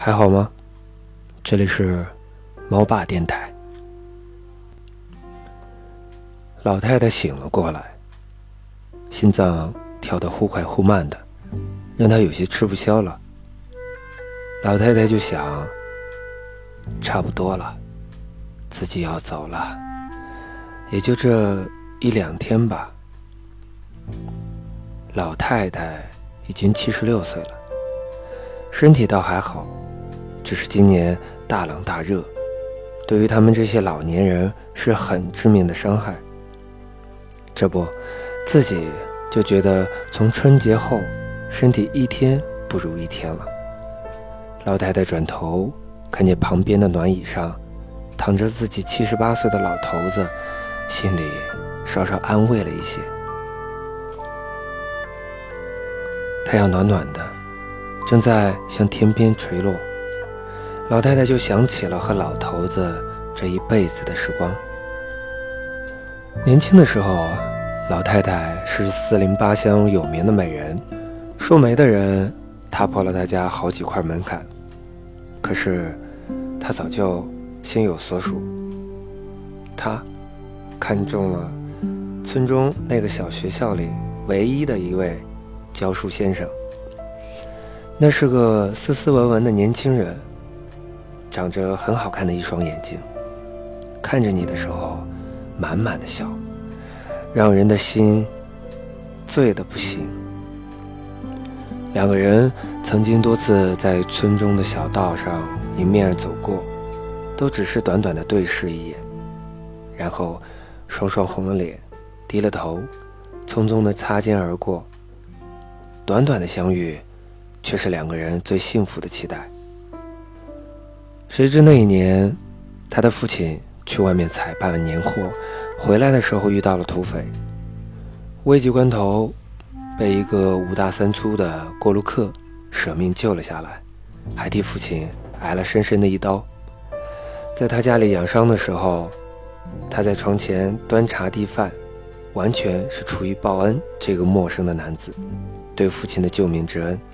还好吗？这里是猫爸电台。老太太醒了过来，心脏跳得忽快忽慢的，让她有些吃不消了。老太太就想，差不多了，自己要走了，也就这1-2天吧。老太太已经76岁了，身体倒还好，只是今年大冷大热，对于他们这些老年人是很致命的伤害。这不，自己就觉得从春节后身体一天不如一天了。老太太转头看见旁边的暖椅上躺着自己78岁的老头子，心里稍稍安慰了一些。太阳暖暖的，正在向天边垂落，老太太就想起了和老头子这一辈子的时光。年轻的时候，老太太是4邻8乡有名的美人，说媒的人踏破了她家好几块门槛。可是她早就心有所属，她看中了村中那个小学校里唯一的一位教书先生。那是个斯斯文文的年轻人，长着很好看的一双眼睛，看着你的时候满满的笑，让人的心醉得不行。两个人曾经多次在村中的小道上迎面走过，都只是短短的对视一眼，然后双双红了脸，低了头，匆匆地擦肩而过。短短的相遇，却是两个人最幸福的期待。谁知那一年，他的父亲去外面采办年货，回来的时候遇到了土匪，危急关头被一个5大3粗的过路客舍命救了下来，还替父亲挨了深深的一刀。在他家里养伤的时候，他在床前端茶递饭，完全是出于报恩这个陌生的男子对父亲的救命之恩。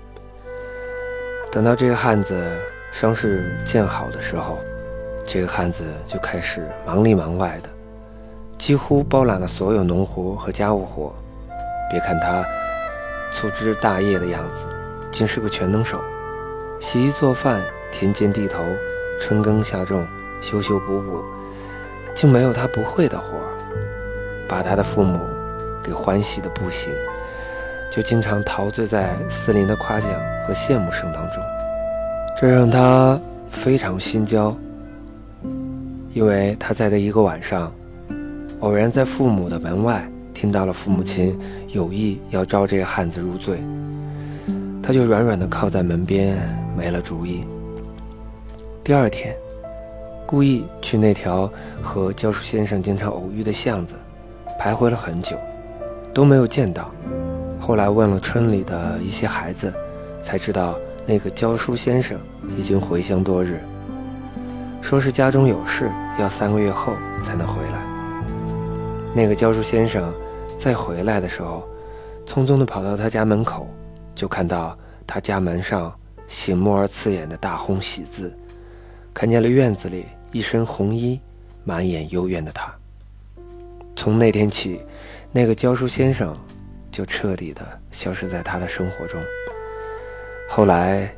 等到这个汉子伤势见好的时候，这个汉子就开始忙里忙外的，几乎包揽了所有农活和家务活。别看他粗枝大叶的样子，竟是个全能手，洗衣做饭，田间地头，春耕夏种，修修补补，竟没有他不会的活，把他的父母给欢喜的不行，就经常陶醉在4邻的夸奖和羡慕声当中。这让他非常心焦，因为他在的一个晚上，偶然在父母的门外听到了父母亲有意要招这个汉子入赘，他就软软地靠在门边，没了主意。第2天，故意去那条和教书先生经常偶遇的巷子，徘徊了很久，都没有见到。后来问了村里的一些孩子，才知道那个教书先生已经回乡多日，说是家中有事，要3个月后才能回来。那个教书先生再回来的时候，匆匆地跑到他家门口，就看到他家门上醒目而刺眼的大红喜字，看见了院子里一身红衣，满眼幽怨的他。从那天起，那个教书先生就彻底地消失在他的生活中。后来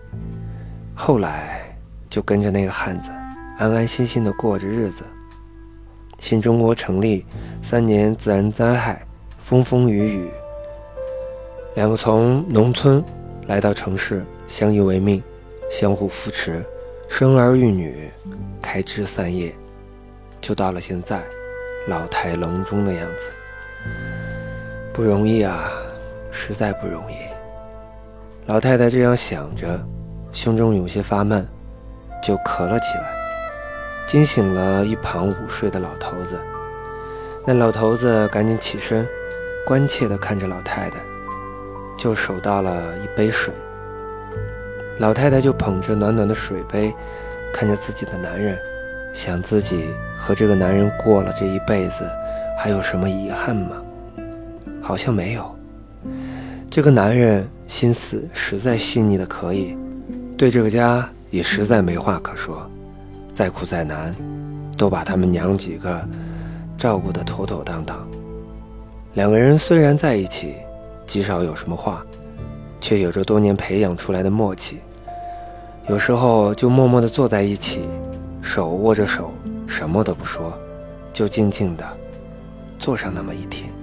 就跟着那个汉子安安心心地过着日子。新中国成立3年，自然灾害风风雨雨，两个从农村来到城市，相依为命，相互扶持，生儿育女，开枝散叶，就到了现在老态龙钟的样子。不容易啊，实在不容易。老太太这样想着，胸中有些发闷，就咳了起来，惊醒了一旁午睡的老头子。那老头子赶紧起身，关切地看着老太太，就手倒了一杯水。老太太就捧着暖暖的水杯，看着自己的男人，想自己和这个男人过了这一辈子，还有什么遗憾吗？好像没有。这个男人心思实在细腻的可以，对这个家也实在没话可说，再苦再难，都把他们娘几个照顾得妥妥当当。两个人虽然在一起，极少有什么话，却有着多年培养出来的默契。有时候就默默地坐在一起，手握着手，什么都不说，就静静地坐上那么一天。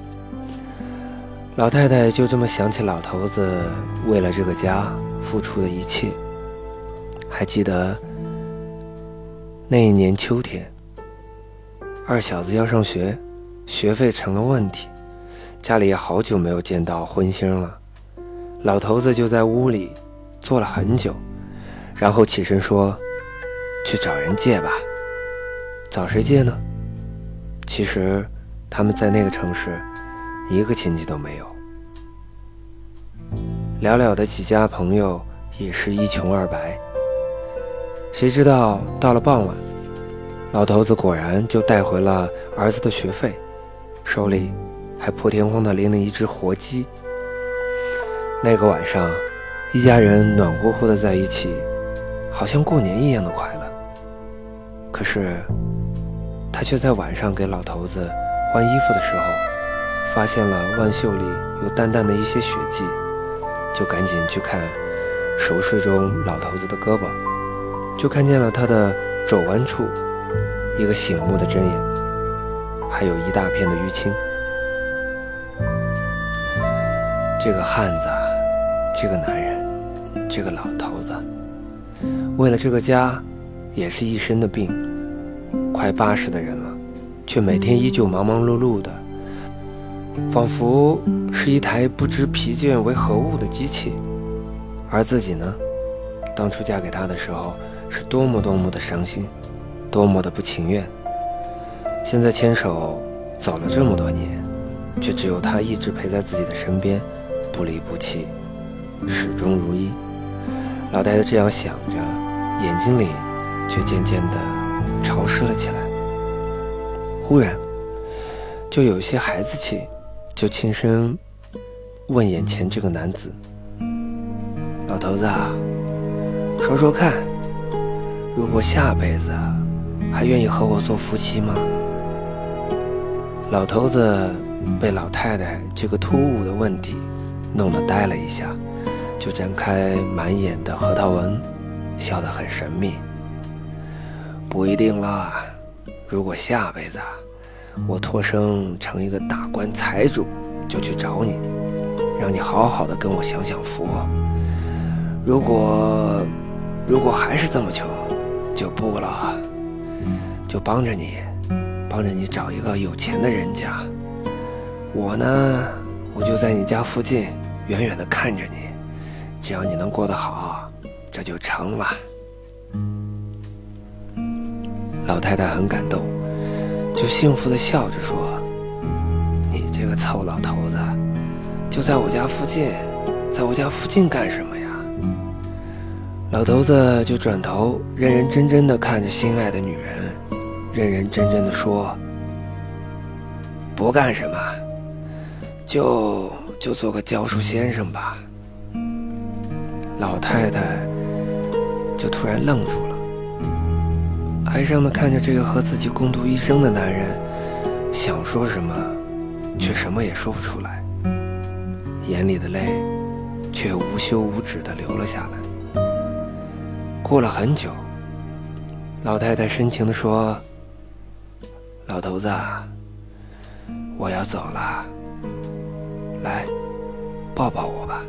老太太就这么想起老头子为了这个家付出的一切。还记得那一年秋天，二小子要上学，学费成了问题，家里也好久没有见到荤腥了。老头子就在屋里坐了很久，然后起身说：“去找人借吧。”找谁借呢？其实他们在那个城市一个亲戚都没有，寥寥的几家朋友也是一穷二白。谁知道到了傍晚，老头子果然就带回了儿子的学费，手里还破天荒地拎了一只活鸡。那个晚上，一家人暖乎乎的在一起，好像过年一样的快乐。可是他却在晚上给老头子换衣服的时候，发现了腕袖里有淡淡的一些血迹，就赶紧去看熟睡中老头子的胳膊，就看见了他的肘弯处一个醒目的针眼，还有一大片的淤青。这个汉子，这个男人，这个老头子，为了这个家也是一身的病，快80的人了，却每天依旧忙忙碌碌的，仿佛是一台不知疲倦为何物的机器。而自己呢，当初嫁给他的时候是多么多么的伤心，多么的不情愿。现在牵手走了这么多年，却只有他一直陪在自己的身边，不离不弃，始终如一。老太太这样想着，眼睛里却渐渐地潮湿了起来。忽然就有一些孩子气，就轻声问眼前这个男子：“老头子啊，说说看，如果下辈子还愿意和我做夫妻吗？”老头子被老太太这个突兀的问题弄得呆了一下，就展开满眼的核桃纹，笑得很神秘。不一定了，如果下辈子我托生成一个大官财主，就去找你，让你好好的跟我享享福。如果还是这么穷，就不了，就帮着你找一个有钱的人家。我呢，我就在你家附近远远的看着你，只要你能过得好，这就成了。老太太很感动，就幸福的笑着说：“你这个臭老头子，就在我家附近，在我家附近干什么呀？”老头子就转头认认真真的看着心爱的女人，认认真真的说：“不干什么，就做个教书先生吧。”老太太就突然愣住了，哀伤的看着这个和自己共度一生的男人，想说什么却什么也说不出来，眼里的泪却无休无止地流了下来。过了很久，老太太深情地说：“老头子，我要走了，来抱抱我吧。”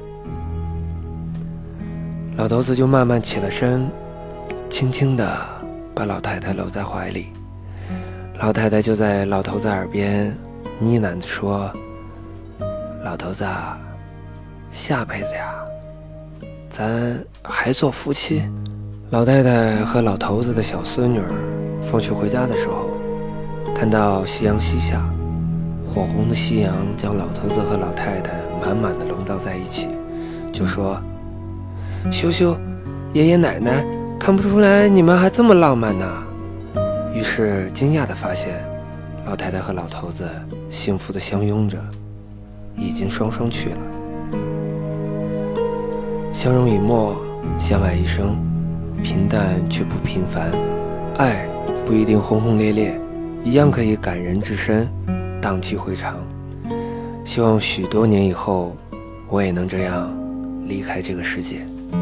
老头子就慢慢起了身，轻轻地把老太太搂在怀里。老太太就在老头子耳边呢喃着说：“老头子，下辈子呀，咱还做夫妻。”老太太和老头子的小孙女放学回家的时候，看到夕阳西下，火红的夕阳将老头子和老太太满满的笼罩在一起，就说：“羞羞，爷爷奶奶，看不出来你们还这么浪漫呢。”于是惊讶地发现，老太太和老头子幸福地相拥着，已经双双去了。相濡以沫，相爱一生， 平淡却不平凡，爱不一定轰轰烈烈，一样可以感人至深，荡气回肠。希望许多年以后，我也能这样离开这个世界。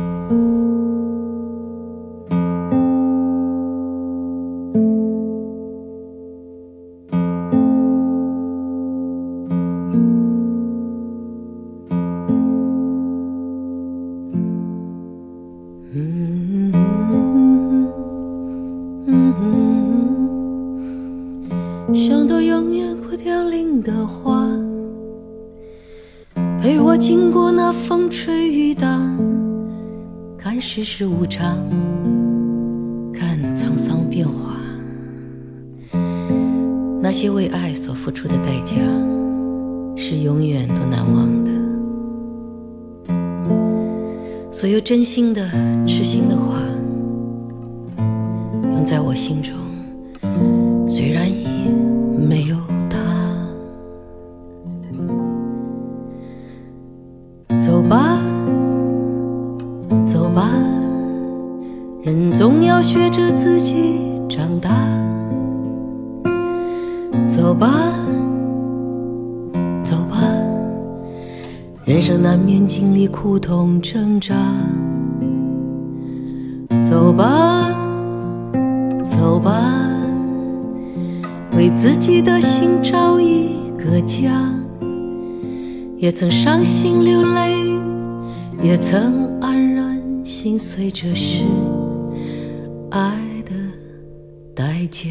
像朵永远不凋零的花，陪我经过那风吹雨打，看世事无常，看沧桑变化。那些为爱所付出的代价，是永远都难忘的。所有真心的、痴心的话，用在我心中，虽然已没有他。走吧，走吧，人总要学着自己长大。走吧，走吧，人生难免经历苦痛挣扎。走吧，走吧，为自己的心找一个家，也曾伤心流泪，也曾黯然心碎，这是爱的代价。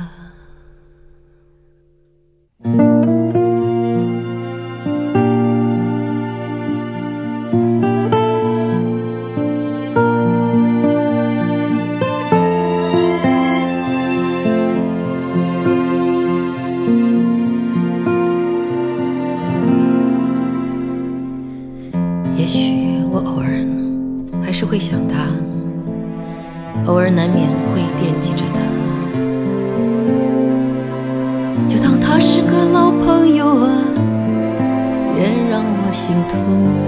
也许我偶尔还是会想他，偶尔难免会惦记着他，就当他是个老朋友啊，也让我心疼，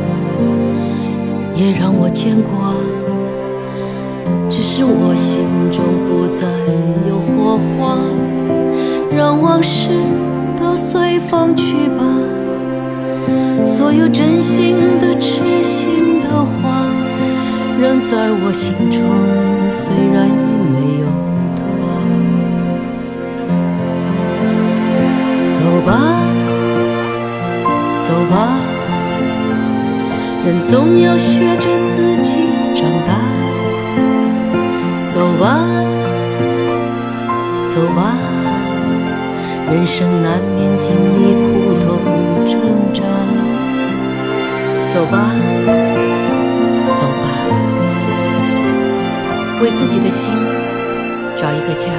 也让我牵挂。只是我心中不再有火花，让往事都随风去吧。所有真心的、痴心的话，仍在我心中，虽然已没有他。走吧，走吧，人总要学着自己长大。走吧，走吧，人生难免经历苦痛挣扎。走吧，走吧，为自己的心找一个家，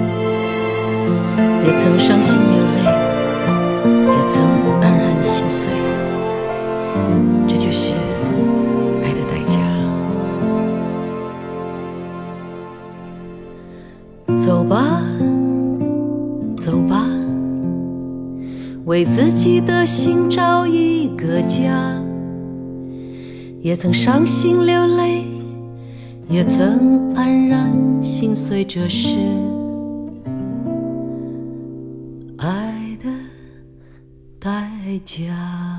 也曾伤心流泪，也曾黯然心碎，这就是爱的代价。走吧，走吧，为自己的心找一个家，也曾伤心流泪，也曾黯然心碎，这是爱的代价。